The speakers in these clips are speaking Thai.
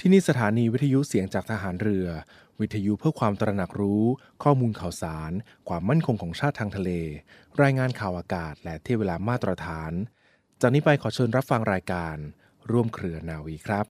ที่นี่สถานีวิทยุเสียงจากทหารเรือวิทยุเพื่อความตระหนักรู้ข้อมูลข่าวสารความมั่นคงของชาติทางทะเลรายงานข่าวอากาศและที่เวลามาตรฐานจากนี้ไปขอเชิญรับฟังรายการร่วมเครือนาวีครับ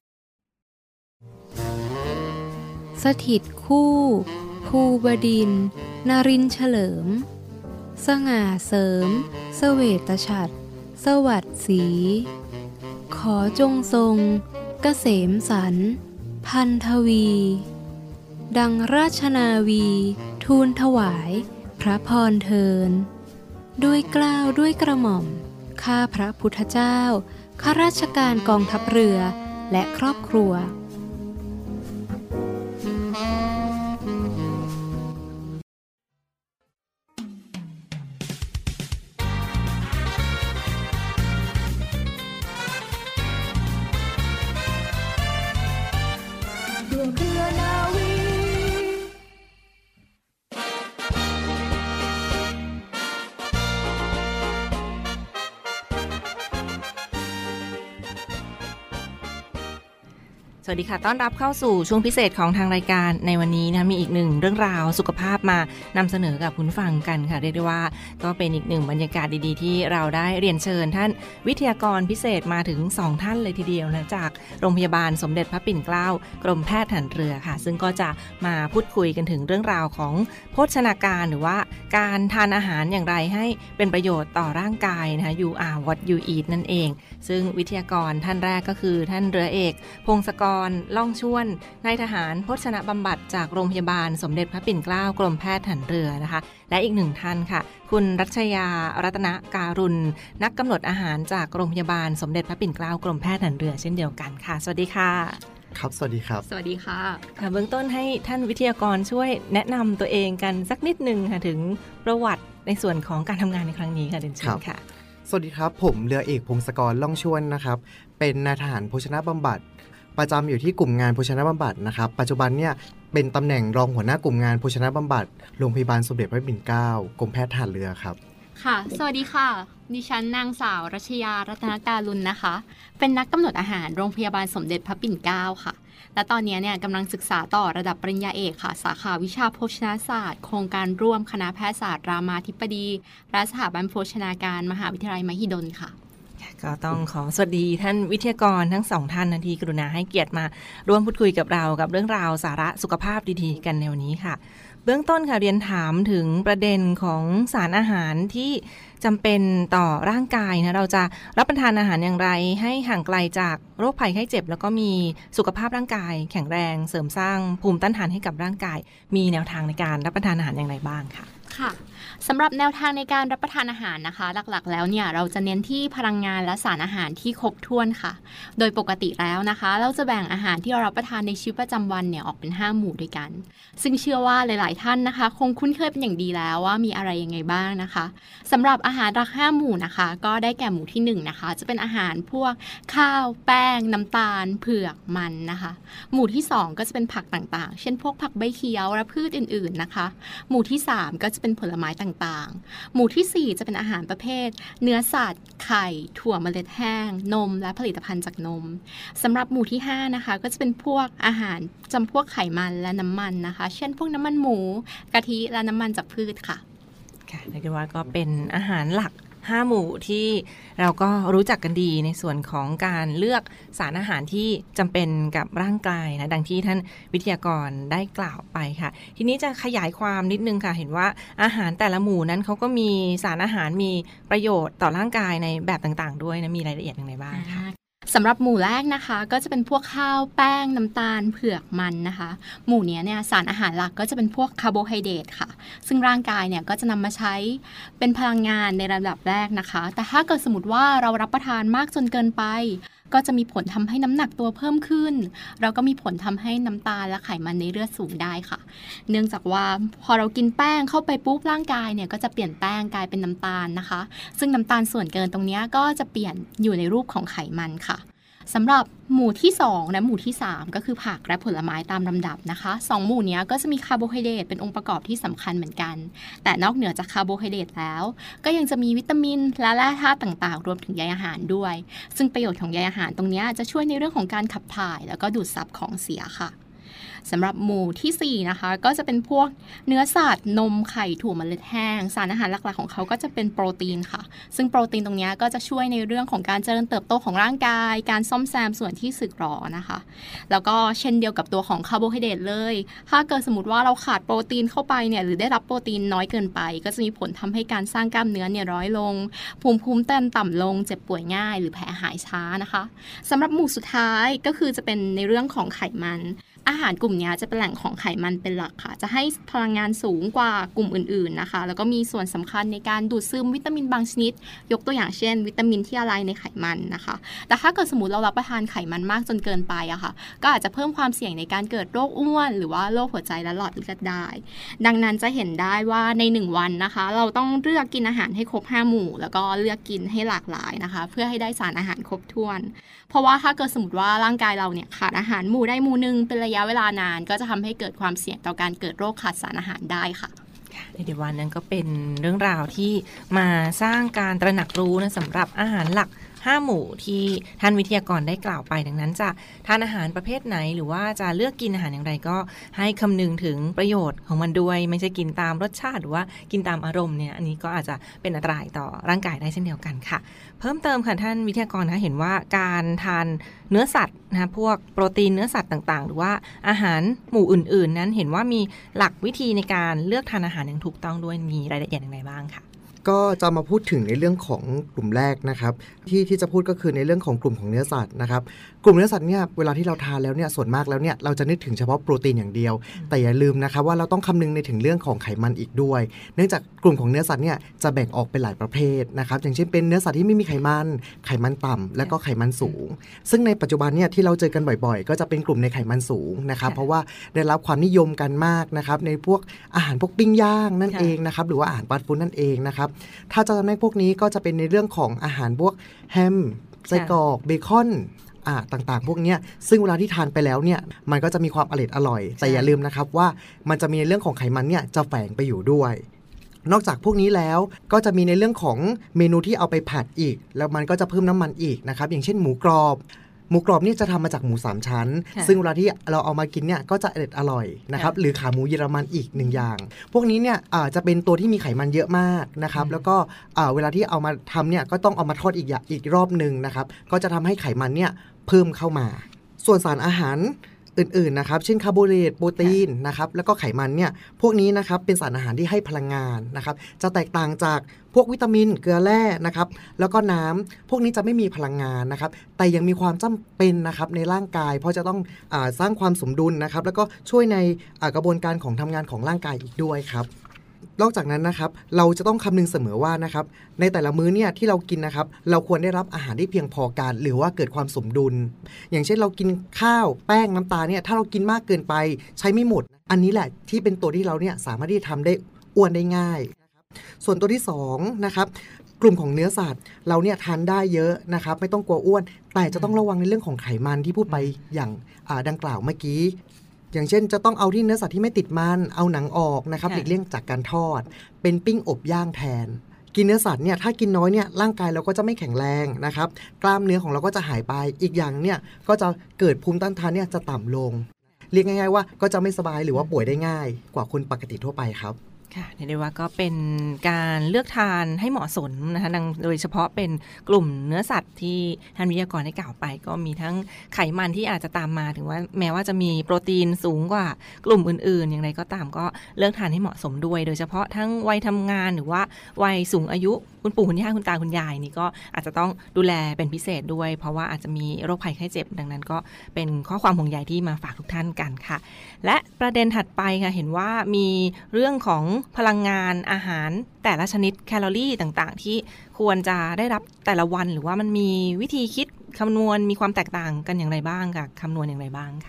สถิตคู่ภูบดินทร์นรินทร์เฉลิมสง่าเสริมเสวตฉัตรสวัสดิ์ศรีขอจงทรงเกษมสันต์พันทวีดังราชนาวีทูลถวายพระพรเทินด้วยเกล้าด้วยกระหม่อมข้าพระพุทธเจ้าข้าราชการกองทัพเรือและครอบครัวสวัสดีค่ะต้อนรับเข้าสู่ช่วงพิเศษของทางรายการในวันนี้นะมีอีกหนึ่งเรื่องราวสุขภาพมานำเสนอกับคุณฟังกันค่ะเรียกได้ว่าก็เป็นอีกหนึ่งบรรยากาศดีๆที่เราได้เรียนเชิญท่านวิทยากรพิเศษมาถึง2ท่านเลยทีเดียวนะจากโรงพยาบาลสมเด็จพระปิ่นเกล้ากรมแพทย์ทหารเรือค่ะซึ่งก็จะมาพูดคุยกันถึงเรื่องราวของโภชนาการหรือว่าการทานอาหารอย่างไรให้เป็นประโยชน์ต่อร่างกายนะคะ You are what you eat นั่นเองซึ่งวิทยากรท่านแรกก็คือท่านเรือเอกพงศกรล่องชวนนายทหารโภชนะบำบัดจากโรงพยาบาลสมเด็จพระปิ่นเกล้ากรมแพทย์ทหารเรือนะคะและอีกหนึ่งท่านค่ะคุณรัชยารัตนการุณนักกำหนดอาหารจากโรงพยาบาลสมเด็จพระปิ่นเกล้ากรมแพทย์ทหารเรือเช่นเดียวกันค่ะสวัสดีค่ะครับสวัสดีครับสวัสดีค่ะค่ะเบื้องต้นให้ท่านวิทยากรช่วยแนะนำตัวเองกันสักนิดนึงค่ะถึงประวัติในส่วนของการทำงานในครั้งนี้ค่ะเดนชินค่ะสวัสดีครับผมเรือเอกพงศกรล่องชวนนะครับเป็นนายทหารโภชนะบำบัดประจำอยู่ที่กลุ่มงานโภชนะบำบัดนะครับปัจจุบันเนี่ยเป็นตำแหน่งรองหัวหน้ากลุ่มงานโภชนะบำบัดโรงพยาบาลสมเด็จพระปิ่นเกล้ากรมแพทย์ทหารเรือครับค่ะสวัสดีค่ะดิฉันนางสาวรัชยารัตนการุณนะคะเป็นนักกำหนดอาหารโรงพยาบาลสมเด็จพระปิ่นเกล้าค่ะและตอนนี้เนี่ยกำลังศึกษาต่อระดับปริญญาเอกค่ะสาขาวิชาโภชนาศาสตร์โครงการร่วมคณะแพทยศาสตร์รามาธิบดีและสถาบันโภชนาการมหาวิทยาลัยมหิดลค่ะก็ต้องขอสวัสดีท่านวิทยากรทั้งสองท่านที่กรุณาให้เกียรติมาร่วมพูดคุยกับเรากับเรื่องราวสาระสุขภาพดีๆกันในวันนี้ค่ะเบื้องต้นค่ะเรียนถามถึงประเด็นของสารอาหารที่จำเป็นต่อร่างกายนะเราจะรับประทานอาหารอย่างไรให้ห่างไกลจากโรคภัยไข้เจ็บแล้วก็มีสุขภาพร่างกายแข็งแรงเสริมสร้างภูมิต้านทานให้กับร่างกายมีแนวทางในการรับประทานอาหารอย่างไรบ้างค่ะค่ะสำหรับแนวทางในการรับประทานอาหารนะคะหลักๆแล้วเนี่ยเราจะเน้นที่พลังงานและสารอาหารที่ครบถ้วนค่ะโดยปกติแล้วนะคะเราจะแบ่งอาหารที่เรารับประทานในชีวิตประจำวันเนี่ยออกเป็น5หมู่ด้วยกันซึ่งเชื่อว่าหลายๆท่านนะคะคงคุ้นเคยเป็นอย่างดีแล้วว่ามีอะไรยังไงบ้างนะคะสำหรับอาหารหลัก5หมู่นะคะก็ได้แก่หมู่ที่1นะคะจะเป็นอาหารพวกข้าวแป้งน้ำตาลเผือกมันนะคะหมู่ที่2ก็จะเป็นผักต่างๆเช่นพวกผักใบเขียวและพืชอื่นๆนะคะหมู่ที่3ก็จะเป็นผลไม้ต่างๆหมู่ที่4จะเป็นอาหารประเภทเนื้อสัตว์ไข่ถั่วเมล็ดแห้งนมและผลิตภัณฑ์จากนมสำหรับหมู่ที่5นะคะก็จะเป็นพวกอาหารจำพวกไขมันและน้ำมันนะคะเช่นพวกน้ำมันหมูกะทิและน้ำมันจากพืชค่ะค่ะเรียกได้ว่าก็เป็นอาหารหลัก5หมู่ที่เราก็รู้จักกันดีในส่วนของการเลือกสารอาหารที่จำเป็นกับร่างกายนะดังที่ท่านวิทยากรได้กล่าวไปค่ะทีนี้จะขยายความนิดนึงค่ะเห็นว่าอาหารแต่ละหมู่นั้นเขาก็มีสารอาหารมีประโยชน์ต่อร่างกายในแบบต่างๆด้วยนะมีรายละเอียดอย่างไรบ้างคะสำหรับหมู่แรกนะคะก็จะเป็นพวกข้าวแป้งน้ำตาลเผือกมันนะคะหมู่นี้เนี่ยสารอาหารหลักก็จะเป็นพวกคาร์โบไฮเดรตค่ะซึ่งร่างกายเนี่ยก็จะนำมาใช้เป็นพลังงานในระดับแรกนะคะแต่ถ้าเกิดสมมติว่าเรารับประทานมากจนเกินไปก็จะมีผลทำให้น้ำหนักตัวเพิ่มขึ้นเราก็มีผลทำให้น้ำตาลและไขมันในเลือดสูงได้ค่ะเนื่องจากว่าพอเรากินแป้งเข้าไปปุ๊บร่างกายเนี่ยก็จะเปลี่ยนแป้งกลายเป็นน้ำตาลนะคะซึ่งน้ำตาลส่วนเกินตรงนี้ก็จะเปลี่ยนอยู่ในรูปของไขมันค่ะสำหรับหมู่ที่2และหมู่ที่3ก็คือผักและผลไม้ตามลำดับนะคะ2หมู่นี้ก็จะมีคาร์โบไฮเดรตเป็นองค์ประกอบที่สำคัญเหมือนกันแต่นอกเหนือจากคาร์โบไฮเดรตแล้วก็ยังจะมีวิตามินและแร่ธาตุต่างๆรวมถึงใยอาหารด้วยซึ่งประโยชน์ของใยอาหารตรงนี้จะช่วยในเรื่องของการขับถ่ายแล้วก็ดูดซับของเสียค่ะสำหรับหมู่ที่4นะคะก็จะเป็นพวกเนื้อสัตว์นมไข่ถั่วเมล็ดแห้งสารอาหารหลักๆของเขาก็จะเป็นโปรตีนค่ะซึ่งโปรตีนตรงนี้ก็จะช่วยในเรื่องของการเจริญเติบโตของร่างกายการซ่อมแซมส่วนที่สึกหรอนะคะแล้วก็เช่นเดียวกับตัวของคาร์โบไฮเดรตเลยถ้าเกิดสมมติว่าเราขาดโปรตีนเข้าไปเนี่ยหรือได้รับโปรตีนน้อยเกินไปก็จะมีผลทำให้การสร้างกล้ามเนื้อเนี่ยน้อยลงภูมิคุ้มกันต่ำลงเจ็บป่วยง่ายหรือแผลหายช้านะคะสำหรับหมู่สุดท้ายก็คือจะเป็นในเรื่องของไขมันอาหารกลุ่มนี้จะเป็นแหล่งของไขมันเป็นหลักค่ะจะให้พลังงานสูงกว่ากลุ่มอื่นๆนะคะแล้วก็มีส่วนสำคัญในการดูดซึมวิตามินบางชนิดยกตัวอย่างเช่นวิตามินที่ละลายในไขมันนะคะแต่ถ้าเกิดสมมติเรารับประทานไขมันมากจนเกินไปอะค่ะก็อาจจะเพิ่มความเสี่ยงในการเกิดโรคอ้วนหรือว่าโรคหัวใจและหลอดเลือดได้ดังนั้นจะเห็นได้ว่าใน1วันนะคะเราต้องเลือกกินอาหารให้ครบ5หมู่แล้วก็เลือกกินให้หลากหลายนะคะเพื่อให้ได้สารอาหารครบถ้วนเพราะว่าถ้าเกิดสมมติว่าร่างกายเราเนี่ยขาดอาหารหมู่ได้หมู่นึงเป็นระยะเวลานานก็จะทำให้เกิดความเสี่ยงต่อการเกิดโรคขาดสารอาหารได้ค่ะในเดี๋ยววันนั้นก็เป็นเรื่องราวที่มาสร้างการตระหนักรู้นะสำหรับอาหารหลัก5หมู่ที่ท่านวิทยากรได้กล่าวไปดังนั้นจะทานอาหารประเภทไหนหรือว่าจะเลือกกินอาหารอย่างไรก็ให้คำนึงถึงประโยชน์ของมันด้วยไม่ใช่กินตามรสชาติหรือว่ากินตามอารมณ์เนี่ยอันนี้ก็อาจจะเป็นอันตรายต่อร่างกายได้เช่นเดียวกันค่ะเพิ่มเติมค่ะท่านวิทยากรคะเห็นว่าการทานเนื้อสัตว์นะพวกโปรตีนเนื้อสัตว์ต่างๆหรือว่าอาหารหมู่อื่นๆนั้นเห็นว่ามีหลักวิธีในการเลือกทานอาหารอย่างถูกต้องด้วยมีรายละเอียดอย่างไรบ้างค่ะก็จะมาพูดถึงในเรื่องของกลุ่มแรกนะครับที่จะพูดก็คือในเรื่องของกลุ่มของเนื้อสัตว์นะครับกลุ่มเนื้อสัตว์เนี่ยเวลาที่เราทานแล้วเนี่ยส่วนมากแล้วเนี่ยเราจะนึกถึงเฉพาะโปรตีนอย่างเดียวแต่อย่าลืมนะครับว่าเราต้องคำนึงในถึงเรื่องของไขมันอีกด้วยเนื่องจากกลุ่มของเนื้อสัตว์เนี่ยจะแบ่งออกเป็นหลายประเภทนะครับอย่างเช่นเป็นเนื้อสัตว์ที่ไม่มีไขมันต่ำและก็ไขมันสูงซึ่งในปัจจุบันเนี่ยที่เราเจอกันบ่อยๆก็จะเป็นกลุ่มในไขมันสูงนะครับเพราะว่าได้รับความนิยมกันมากนะครับในพวกอาหารพวกปิ้งย่างนั่นเองนะครับหรือว่าอาหารฟาสต์ฟู้ดนั่นเองนะครับถ้าจะในพวกนี้ก็จะเป็นในเรื่องของอาหารพวกแฮมไส้กรอกเบคอนต่างๆพวกนี้ซึ่งเวลาที่ทานไปแล้วเนี่ยมันก็จะมีความอร่อยแต่อย่าลืมนะครับว่ามันจะมีในเรื่องของไขมันเนี่ยจะแฝงไปอยู่ด้วยนอกจากพวกนี้แล้วก็จะมีในเรื่องของเมนูที่เอาไปผัดอีกแล้วมันก็จะเพิ่มน้ำมันอีกนะครับอย่างเช่นหมูกรอบนี่จะทำมาจากหมู3ชั้นซึ่งเวลาที่เราเอามากินเนี่ยก็จะอร่อยนะครับหรือขาหมูเยอรมันอีก1อย่างพวกนี้เนี่ยจะเป็นตัวที่มีไขมันเยอะมากนะครับแล้วก็เวลาที่เอามาทำเนี่ยก็ต้องเอามาทอดอีกรอบนึงนะครับก็จะทำให้ไขมันเนี่ยเพิ่มเข้ามาส่วนสารอาหารอื่นๆนะครับเช่นคาร์โบไฮเดรตโปรตีนนะครับแล้วก็ไขมันเนี่ยพวกนี้นะครับเป็นสารอาหารที่ให้พลังงานนะครับจะแตกต่างจากพวกวิตามินเกลือแร่นะครับแล้วก็น้ำพวกนี้จะไม่มีพลังงานนะครับแต่ยังมีความจำเป็นนะครับในร่างกายเพราะจะต้องสร้างความสมดุลนะครับแล้วก็ช่วยในกระบวนการของทำงานของร่างกายอีกด้วยครับนอกจากนั้นนะครับเราจะต้องคำนึงเสมอว่านะครับในแต่ละมื้อเนี่ยที่เรากินนะครับเราควรได้รับอาหารที่เพียงพอกันหรือว่าเกิดความสมดุลอย่างเช่นเรากินข้าวแป้งน้ำตาลเนี่ยถ้าเรากินมากเกินไปใช้ไม่หมดอันนี้แหละที่เป็นตัวที่เราเนี่ยสามารถที่จะทำได้อ้วนได้ง่ายส่วนตัวที่2นะครับกลุ่มของเนื้อสัตว์เราเนี่ยทานได้เยอะนะครับไม่ต้องกลัวอ้วนแต่จะต้องระวังในเรื่องของไขมันที่พูดไปอย่างดังกล่าวเมื่อกี้อย่างเช่นจะต้องเอาที่เนื้อสัตว์ที่ไม่ติดมันเอาหนังออกนะครับหลีกเลี่ยงจากการทอดเป็นปิ้งอบย่างแทนกินเนื้อสัตว์เนี่ยถ้ากินน้อยเนี่ยร่างกายเราก็จะไม่แข็งแรงนะครับกล้ามเนื้อของเราก็จะหายไปอีกอย่างเนี่ยก็จะเกิดภูมิต้านทานเนี่ยจะต่ำลงเรียกง่ายๆว่าก็จะไม่สบายหรือว่าป่วยได้ง่ายกว่าคนปกติทั่วไปครับค่ะเรียกได้ว่าก็เป็นการเลือกทานให้เหมาะสมนะคะโดยเฉพาะเป็นกลุ่มเนื้อสัตว์ที่ท่านวิทยากรได้กล่าวไปก็มีทั้งไขมันที่อาจจะตามมาถึงว่าแม้ว่าจะมีโปรตีนสูงกว่ากลุ่มอื่นๆอย่างไรก็ตามก็เลือกทานให้เหมาะสมด้วยโดยเฉพาะทั้งวัยทำงานหรือว่าวัยสูงอายุคุณปู่คุณย่าคุณตาคุณยายนี่ก็อาจจะต้องดูแลเป็นพิเศษด้วยเพราะว่าอาจจะมีโรคภัยไข้เจ็บดังนั้นก็เป็นข้อความห่วงใยที่มาฝากทุกท่านกันค่ะและประเด็นถัดไปค่ะเห็นว่ามีเรื่องของพลังงานอาหารแต่ละชนิดแคลอรี่ต่างๆที่ควรจะได้รับแต่ละวันหรือว่ามันมีวิธีคิดคำนวณมีความแตกต่างกันอย่างไรบ้างค่ะคำนวณอย่างไรบ้างค่ะ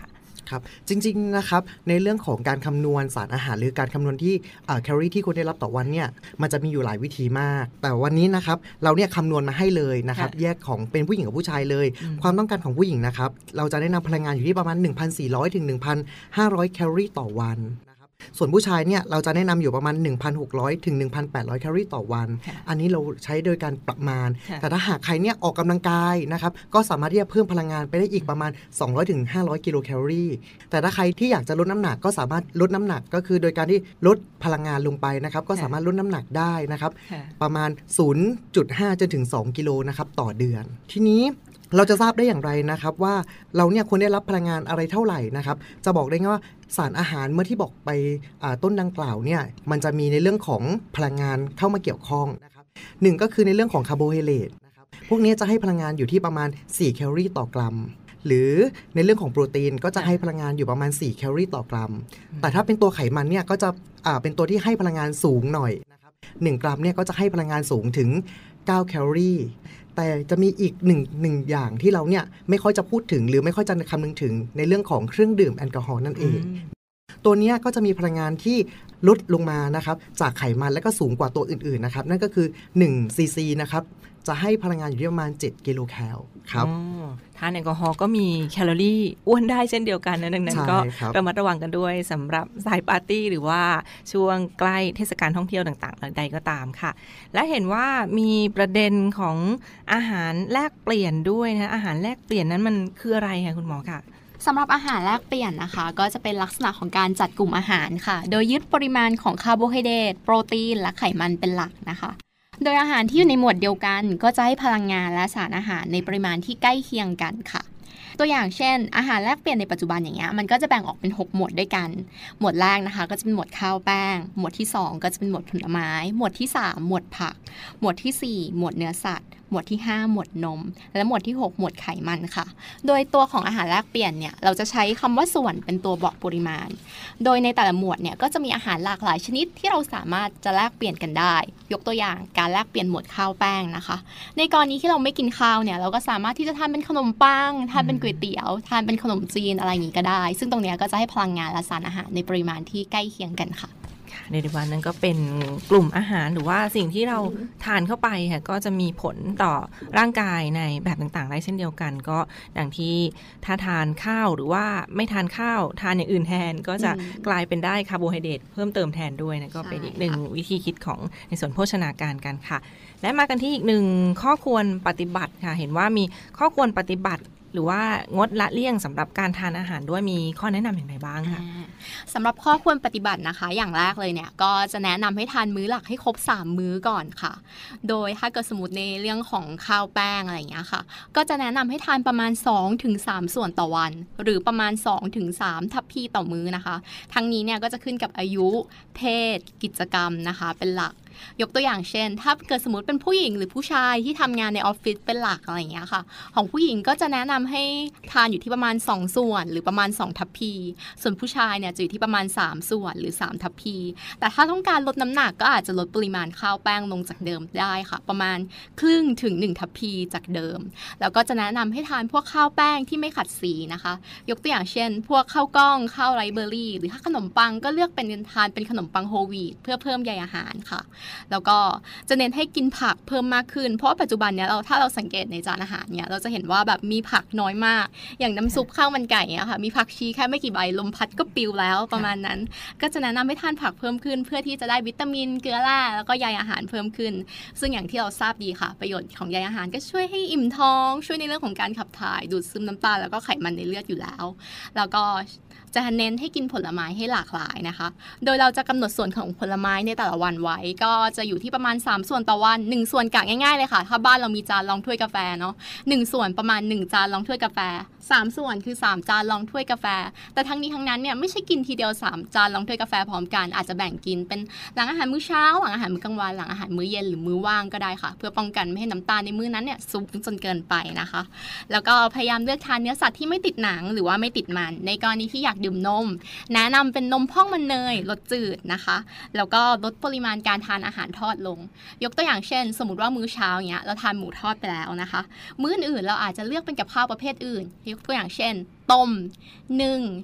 ครับจริงๆนะครับในเรื่องของการคำนวณสารอาหารหรือการคำนวณที่แคลอรี่ที่คุณได้รับต่อวันเนี่ยมันจะมีอยู่หลายวิธีมากแต่วันนี้นะครับเราเนี่ยคำนวณมาให้เลยนะครับแยกของเป็นผู้หญิงกับผู้ชายเลยความต้องการของผู้หญิงนะครับเราจะได้นำพลังงานอยู่ที่ประมาณ 1,400 ถึง 1,500 แคลอรี่ต่อวันส่วนผู้ชายเนี่ยเราจะแนะนำอยู่ประมาณ 1,600 ถึง 1,800 แคลอรี่ต่อวันอันนี้เราใช้โดยการประมาณแต่ถ้าหากใครเนี่ยออกกำลังกายนะครับก็สามารถที่จะเพิ่มพลังงานไปได้อีกประมาณ 200 ถึง 500 กิโลแคลอรี่แต่ถ้าใครที่อยากจะลดน้ำหนักก็สามารถลดน้ำหนักก็คือโดยการที่ลดพลังงานลงไปนะครับก็สามารถลดน้ำหนักได้นะครับประมาณ 0.5 จนถึง 2 กิโลนะครับต่อเดือนทีนี้เราจะทราบได้อย่างไรนะครับว่าเราเนี่ยควรได้รับพลังงานอะไรเท่าไหร่นะครับจะบอกได้ไงว่าสารอาหารเมื่อที่บอกไปต้นดังกล่าวเนี่ยมันจะมีในเรื่องของพลังงานเข้ามาเกี่ยวข้องนะครับหนึ่งก็คือในเรื่องของคาร์โบไฮเดรตนะครับพวกนี้จะให้พลังงานอยู่ที่ประมาณ4แคลอรี่ต่อกรัมหรือในเรื่องของโปรตีนก็จะให้พลังงานอยู่ประมาณ4แคลอรี่ต่อกรัมแต่ถ้าเป็นตัวไขมันเนี่ยก็จะเป็นตัวที่ให้พลังงานสูงหน่อยนะครับ1กรัมเนี่ยก็จะให้พลังงานสูงถึง9แคลอรี่แต่จะมีอีกหนึ่งอย่างที่เราเนี่ยไม่ค่อยจะพูดถึงหรือไม่ค่อยจะคำนึงถึงในเรื่องของเครื่องดื่มแอลกอฮอล์นั่นเองตัวนี้ก็จะมีพลังงานที่ลดลงมานะครับจากไขมันและก็สูงกว่าตัวอื่นๆนะครับนั่นก็คือ1ซีซีนะครับจะให้พลังงานอยู่ที่ประมาณ7กิโลแคลครับทานแอลกอฮอล์ก็มีแคลอรี่อ้วนได้เช่นเดียวกันนะดังนั้นก็ระมัดระวังกันด้วยสำหรับสายปาร์ตี้หรือว่าช่วงใกล้เทศกาลท่องเที่ยวต่างๆใดก็ตามค่ะและเห็นว่ามีประเด็นของอาหารแลกเปลี่ยนด้วยนะอาหารแลกเปลี่ยนนั้นมันคืออะไรคะคุณหมอค่ะสำหรับอาหารแลกเปลี่ยนนะคะก็จะเป็นลักษณะของการจัดกลุ่มอาหารค่ะโดยยึดปริมาณของคาร์โบไฮเดรตโปรตีนและไขมันเป็นหลักนะคะโดยอาหารที่อยู่ในหมวดเดียวกันก็จะให้พลังงานและสารอาหารในปริมาณที่ใกล้เคียงกันค่ะตัวอย่างเช่นอาหารแลกเปลี่ยนในปัจจุบันอย่างเงี้ยมันก็จะแบ่งออกเป็น6หมวดด้วยกันหมวดแรกนะคะก็จะเป็นหมวดข้าวแป้งหมวดที่2ก็จะเป็นหมวดผลไม้หมวดที่3หมวดผักหมวดที่4หมวดเนื้อสัตว์หมวดที่5หมวดนมและหมวดที่6หมวดไขมันค่ะโดยตัวของอาหารแลกเปลี่ยนเนี่ยเราจะใช้คำว่าส่วนเป็นตัวบอกปริมาณโดยในแต่ละหมวดเนี่ยก็จะมีอาหารหลากหลายชนิดที่เราสามารถจะแลกเปลี่ยนกันได้ยกตัวอย่างการแลกเปลี่ยนหมวดข้าวแป้งนะคะในกรณีที่เราไม่กินข้าวเนี่ยเราก็สามารถที่จะทานเป็นขนมปังทานเป็นก๋วยเตี๋ยวทานเป็นขนมจีนอะไรอย่างนี้ก็ได้ซึ่งตรงนี้ก็จะให้พลังงานและสารอาหารในปริมาณที่ใกล้เคียงกันค่ะในวันนั้นก็เป็นกลุ่มอาหารหรือว่าสิ่งที่เราทานเข้าไปค่ะก็จะมีผลต่อร่างกายในแบบต่างๆได้เช่นเดียวกันก็ดังที่ถ้าทานข้าวหรือว่าไม่ทานข้าวทานอย่างอื่นแทนก็จะกลายเป็นได้คาร์โบไฮเดรตเพิ่มเติมแทนด้วยนะก็เป็นอีกหนึ่งวิธีคิดของในส่วนโภชนาการกันค่ะและมากันที่อีกหนึ่งข้อควรปฏิบัติค่ะเห็นว่ามีข้อควรปฏิบัติหรือว่างดละเลี่ยงสำหรับการทานอาหารด้วยมีข้อแนะนำอย่างไรบ้างคะสำหรับข้อควรปฏิบัตินะคะอย่างแรกเลยเนี่ยก็จะแนะนำให้ทานมื้อหลักให้ครบ3มื้อก่อนค่ะโดยถ้าเกิดสมมติในเรื่องของข้าวแป้งอะไรอย่างเงี้ยค่ะก็จะแนะนำให้ทานประมาณ 2-3 ส่วนต่อวันหรือประมาณ 2-3 ทัพพีต่อมื้อนะคะทั้งนี้เนี่ยก็จะขึ้นกับอายุเพศกิจกรรมนะคะเป็นหลักยกตัวอย่างเช่นถ้าเกิดสมมติเป็นผู้หญิงหรือผู้ชายที่ทำงานในออฟฟิศเป็นหลักอะไรอย่างเงี้ยค่ะของผู้หญิงก็จะแนะนำให้ทานอยู่ที่ประมาณ2ส่วนหรือประมาณ2ทัพพีส่วนผู้ชายเนี่ยจะอยู่ที่ประมาณ3ส่วนหรือ3ทัพพีแต่ถ้าต้องการลดน้ำหนักก็อาจจะลดปริมาณข้าวแป้งลงจากเดิมได้ค่ะประมาณครึ่งถึง1ทัพพีจากเดิมแล้วก็จะแนะนำให้ทานพวกข้าวแป้งที่ไม่ขัดสีนะคะยกตัวอย่างเช่นพวกข้าวกล้องข้าวไรเบอรี่หรือถ้าขนมปังก็เลือกเป็นทานเป็นขนมปังโฮลวีตเพื่อเพิ่มใยอาหารค่ะแล้วก็จะเน้นให้กินผักเพิ่มมากขึ้นเพราะปัจจุบันเนี้ยถ้าเราสังเกตในจานอาหารเนี่ยเราจะเห็นว่าแบบมีผักน้อยมากอย่างน้ำซุปข้าวมันไก่เนี่ยค่ะมีผักชีแค่ไม่กี่ใบลมพัดก็ปลิวแล้วประมาณนั้นก็จะแนะนำให้ทานผักเพิ่มขึ้นเพื่อที่จะได้วิตามินเกลือแร่แล้วก็ใยอาหารเพิ่มขึ้นซึ่งอย่างที่เราทราบดีค่ะประโยชน์ของใยอาหารก็ช่วยให้อิ่มท้องช่วยในเรื่องของการขับถ่ายดูดซึมน้ำตาลแล้วก็ไขมันในเลือดอยู่แล้วแล้วก็จะเน้นให้กินผลไม้ให้หลากหลายนะคะโดยเราจะกำหนดส่วนของผลไม้ในแต่ละวันไว้ก็จะอยู่ที่ประมาณ3ส่วนต่อวัน1ส่วนกะง่ายๆเลยค่ะถ้าบ้านเรามีจานรองถ้วยกาแฟเนาะ1ส่วนประมาณ1จานรองถ้วยกาแฟ3ส่วนคือ3จานรองถ้วยกาแฟแต่ทั้งนี้ทั้งนั้นเนี่ยไม่ใช่กินทีเดียว3จานรองถ้วยกาแฟพร้อมกันอาจจะแบ่งกินเป็นหลังอาหารมื้อเช้าหลังอาหารมื้อกลางวันหลังอาหารมื้อเย็นหรือมื้อว่างก็ได้ค่ะเพื่อป้องกันไม่ให้น้ำตาลในมื้อนั้นเนี่ยสูงจนเกินไปนะคะแล้วก็พยายามเลือกทานเนื้อสัตว์ที่ไม่ติดหนังหรือว่าไม่ติดมันในกรณีที่อยากดื่มนมแนะนำเป็นนมพองมันเนยรสจืดนะคะแล้วก็ลดปริมาณการทานอาหารทอดลงยกตัวอย่างเช่นสมมติว่ามื้อเช้าเนี้ยเราทานหมูทอดไปแล้วนะคะมื้ออื่นเราอาจจะเลือกเป็นกับข้าวประเภทอื่นยกตัวอย่างเช่นต้มนึ่ง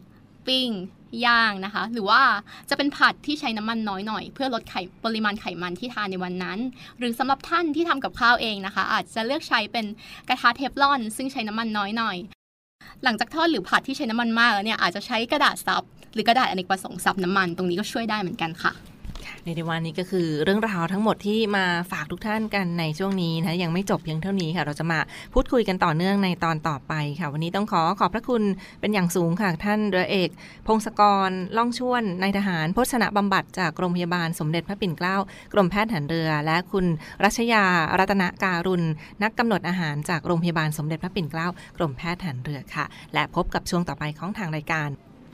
ปิ้งย่างนะคะหรือว่าจะเป็นผัดที่ใช้น้ำมันน้อยหน่อยเพื่อลดปริมาณไขมันที่ทานในวันนั้นหรือสำหรับท่านที่ทำกับข้าวเองนะคะอาจจะเลือกใช้เป็นกระทะเทฟลอนซึ่งใช้น้ำมันน้อยหน่อยหลังจากทอดหรือผัดที่ใช้น้ำมันมากแล้วเนี่ยอาจจะใช้กระดาษซับหรือกระดาษอเนกประสงค์ซับน้ำมันตรงนี้ก็ช่วยได้เหมือนกันค่ะในวันนี้ก็คือเรื่องราวทั้งหมดที่มาฝากทุกท่านกันในช่วงนี้นะยังไม่จบเพียงเท่านี้ค่ะเราจะมาพูดคุยกันต่อเนื่องในตอนต่อไปค่ะวันนี้ต้องขอบพระคุณเป็นอย่างสูงค่ะท่านเรือเอกพงศกรล่องชวนนายทหารโภชนะบำบัดจากโรงพยาบาลสมเด็จพระปิ่นเกล้ากรมแพทย์ทหารเรือและคุณรัชยารัตนการุณนักกำหนดอาหารจากโรงพยาบาลสมเด็จพระปิ่นเกล้ากรมแพทย์ทหารเรือค่ะและพบกับช่วงต่อไปของทางรายการ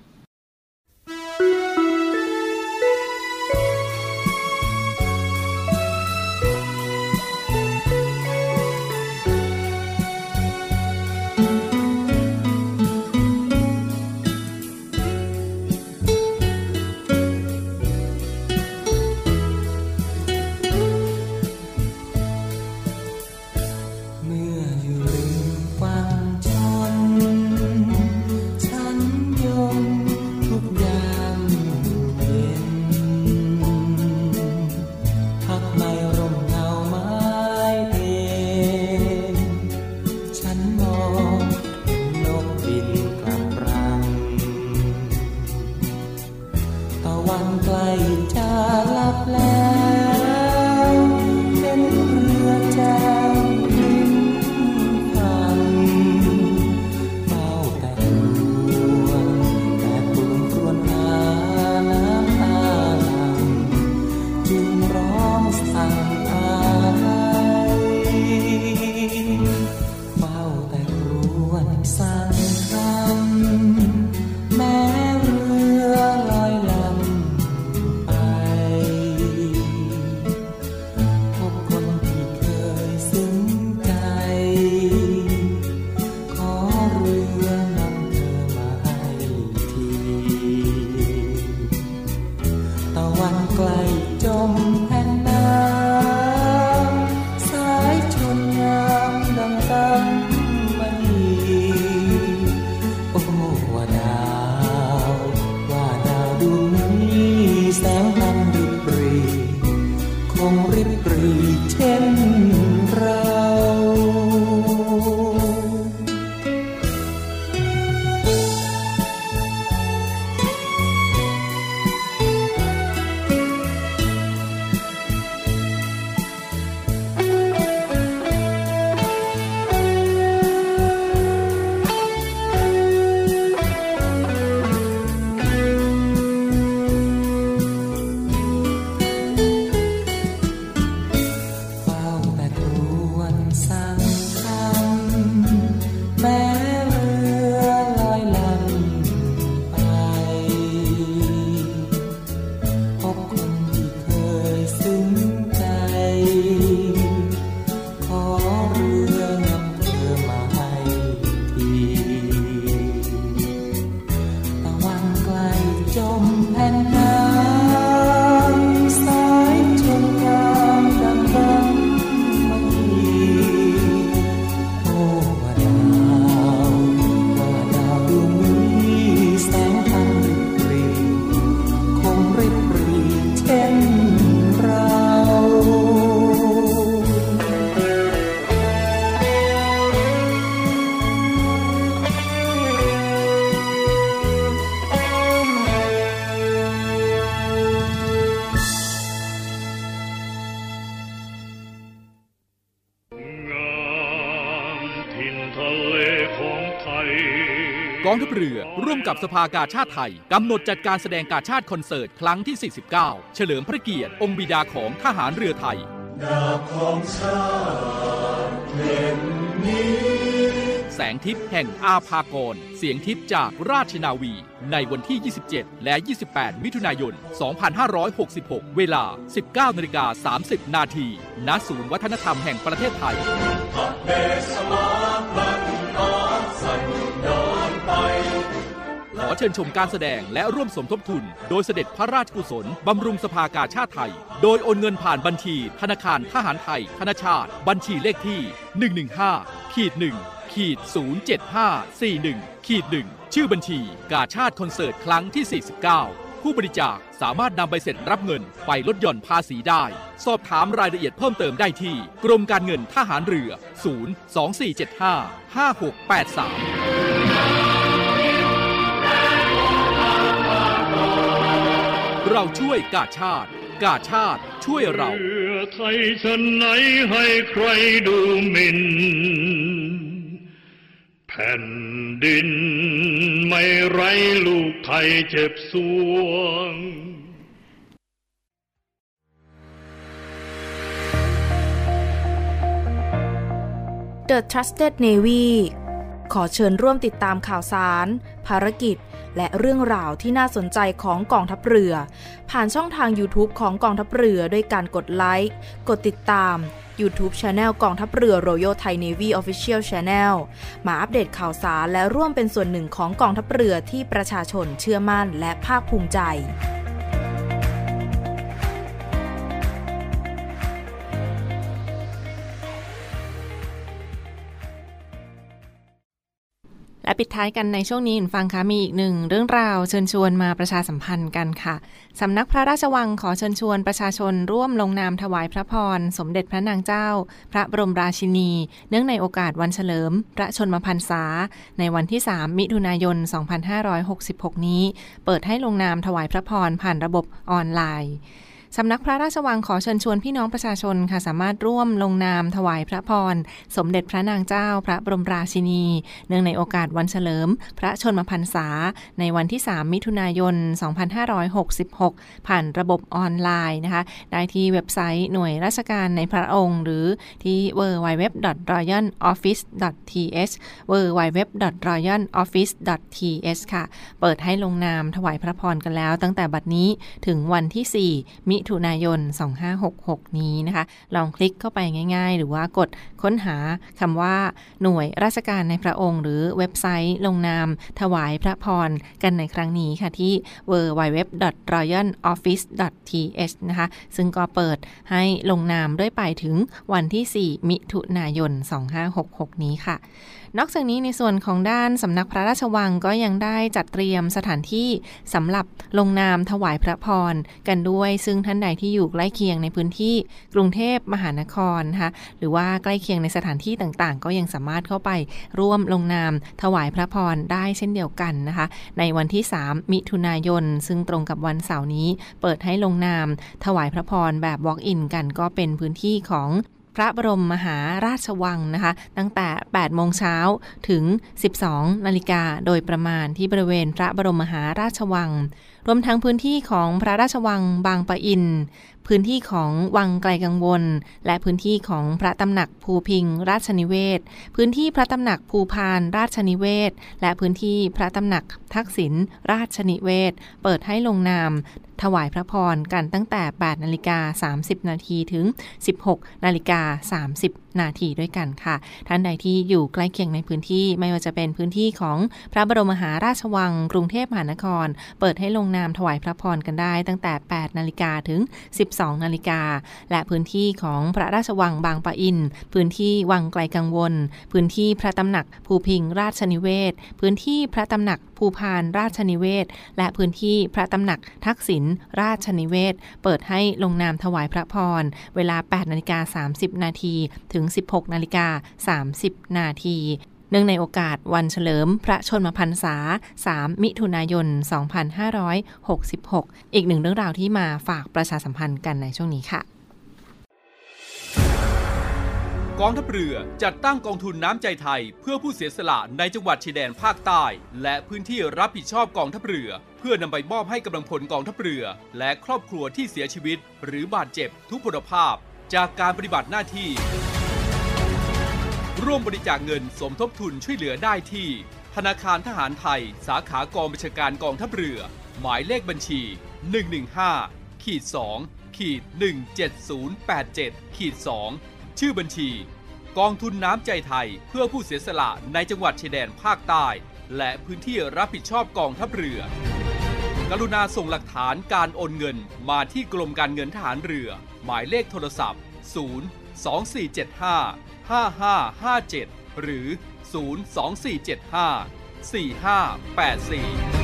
กองทัพเรือร่วมกับสภากาชาดไทยกำหนดจัดการแสดงกาชาดคอนเสิร์ตครั้งที่ 49 เฉลิมพระเกียรติองค์บิดาของทหารเรือไทยดาบของชาติเล่มนี้แสงทิพย์แห่งอาภากรเสียงทิพย์จากราชนาวีในวันที่ 27 และ 28 มิถุนายน 2566 เวลา 19:30 นาที ณ ศูนย์วัฒนธรรมแห่งประเทศไทยขอเชิญชมการแสดงและร่วมสมทบทุนโดยเสด็จพระราชกุศลบำรุงสภากาชาดไทยโดยโอนเงินผ่านบัญชีธนาคารทหารไทยธนชาติบัญชีเลขที่ 115-1 1-07541-1 ชื่อบัญชีกาชาดคอนเสิร์ตครั้งที่ 49 ผู้บริจาคสามารถนำใบเสร็จรับเงินไปลดหย่อนภาษีได้ สอบถามรายละเอียดเพิ่มเติมได้ที่กรมการเงินทหารเรือ 024755683 เราช่วยกาชาดช่วยเราไทยฉันไหนให้ใครดูหมิ่นแผ่นดินไม่ไร้ลูกไทยเจ็บสวง The Trusted Navy ขอเชิญร่วมติดตามข่าวสารภารกิจและเรื่องราวที่น่าสนใจของกองทัพเรือผ่านช่องทาง YouTube ของกองทัพเรือด้วยการกดไลค์กดติดตาม YouTube Channel กองทัพเรือ Royal Thai Navy Official Channel มาอัปเดตข่าวสารและร่วมเป็นส่วนหนึ่งของกองทัพเรือที่ประชาชนเชื่อมั่นและภาคภูมิใจและปิดท้ายกันในช่วงนี้ฟังคะมีอีกหนึ่งเรื่องราวเชิญชวนมาประชาสัมพันธ์กันค่ะสำนักพระราชวังขอเชิญชวนประชาชนร่วมลงนามถวายพระพรสมเด็จพระนางเจ้าพระบรมราชินีเนื่องในโอกาสวันเฉลิมพระชนมพรรษาในวันที่3มิถุนายน2566นี้เปิดให้ลงนามถวายพระพรผ่านระบบออนไลน์สำนักพระราชวังขอเชิญชวนพี่น้องประชาชนค่ะสามารถร่วมลงนามถวายพระพรสมเด็จพระนางเจ้าพระบรมราชินีเนื่องในโอกาสวันเฉลิมพระชนมพรรษาในวันที่3มิถุนายน2566ผ่านระบบออนไลน์นะคะได้ที่เว็บไซต์หน่วยราชการในพระองค์หรือที่ www.royaloffice.th www.royaloffice.th ค่ะเปิดให้ลงนามถวายพระพรกันแล้วตั้งแต่บัดนี้ถึงวันที่4มิถุนายน2566นี้นะคะลองคลิกเข้าไปง่ายๆหรือว่ากดค้นหาคำว่าหน่วยราชการในพระองค์หรือเว็บไซต์ลงนามถวายพระพรกันในครั้งนี้ค่ะที่ www.royaloffice.th นะคะซึ่งก็เปิดให้ลงนามด้วยไปถึงวันที่4มิถุนายน2566นี้ค่ะนอกจากนี้ในส่วนของด้านสำนักพระราชวังก็ยังได้จัดเตรียมสถานที่สำหรับลงนามถวายพระพรกันด้วยซึ่งท่านใดที่อยู่ใกล้เคียงในพื้นที่กรุงเทพมหานครนะคะหรือว่าใกล้เคียงในสถานที่ต่างๆก็ยังสามารถเข้าไปร่วมลงนามถวายพระพรได้เช่นเดียวกันนะคะในวันที่3มิถุนายนซึ่งตรงกับวันเสาร์นี้เปิดให้ลงนามถวายพระพรแบบ walk-in กันก็เป็นพื้นที่ของพระบรมมหาราชวังนะคะตั้งแต่ 8 โมงเช้าถึง 12 นาฬิกาโดยประมาณที่บริเวณพระบรมมหาราชวังรวมทั้งพื้นที่ของพระราชวังบางปะอินพื้นที่ของวังไกลกังวลและพื้นที่ของพระตำหนักภูพิงราชนิเวศพื้นที่พระตำหนักภูพานราชนิเวศและพื้นที่พระตำหนักทักษิณราชนิเวศเปิดให้ลงนามถวายพระพรกันตั้งแต่ 8:30 นาทีถึง 16:30 นาทีด้วยกันค่ะท่านใดที่อยู่ใกล้เคียงในพื้นที่ไม่ว่าจะเป็นพื้นที่ของพระบรมมหาราชวังกรุงเทพมหานครเปิดให้ลงนามถวายพระพรกันได้ตั้งแต่ 8 นาฬิกาถึง 12 นาฬิกาและพื้นที่ของพระราชวังบางปะอินพื้นที่วังไกลกังวลพื้นที่พระตำหนักภูพิงราชนิเวศพื้นที่พระตำหนักภูพานราชนิเวศและพื้นที่พระตำหนักทักษิณราชนิเวศเปิดให้ลงนามถวายพระพรเวลา 8:30 นาทีถึง 16:30 นาทีเนื่องในโอกาสวันเฉลิมพระชนมพรรษา3มิถุนายน2566อีกหนึ่งเรื่องราวที่มาฝากประชาสัมพันธ์กันในช่วงนี้ค่ะกองทัพเรือจัดตั้งกองทุนน้ำใจไทยเพื่อผู้เสียสละในจังหวัดชายแดนภาคใต้และพื้นที่รับผิดชอบกองทัพเรือเพื่อนำไปมอบให้กำลังพลกองทัพเรือและครอบครัวที่เสียชีวิตหรือบาดเจ็บทุพพลภาพจากการปฏิบัติหน้าที่ร่วมบริจาคเงินสมทบทุนช่วยเหลือได้ที่ธนาคารทหารไทยสาขากองบัญชาการกองทัพเรือหมายเลขบัญชี 115-2-17087-2ชื่อบัญชีกองทุนน้ำใจไทยเพื่อผู้เสียสละในจังหวัดชายแดนภาคใต้และพื้นที่รับผิดชอบกองทัพเรือกรุณาส่งหลักฐานการโอนเงินมาที่กรมการเงินทหารเรือหมายเลขโทรศัพท์024755557 หรือ 02475 4584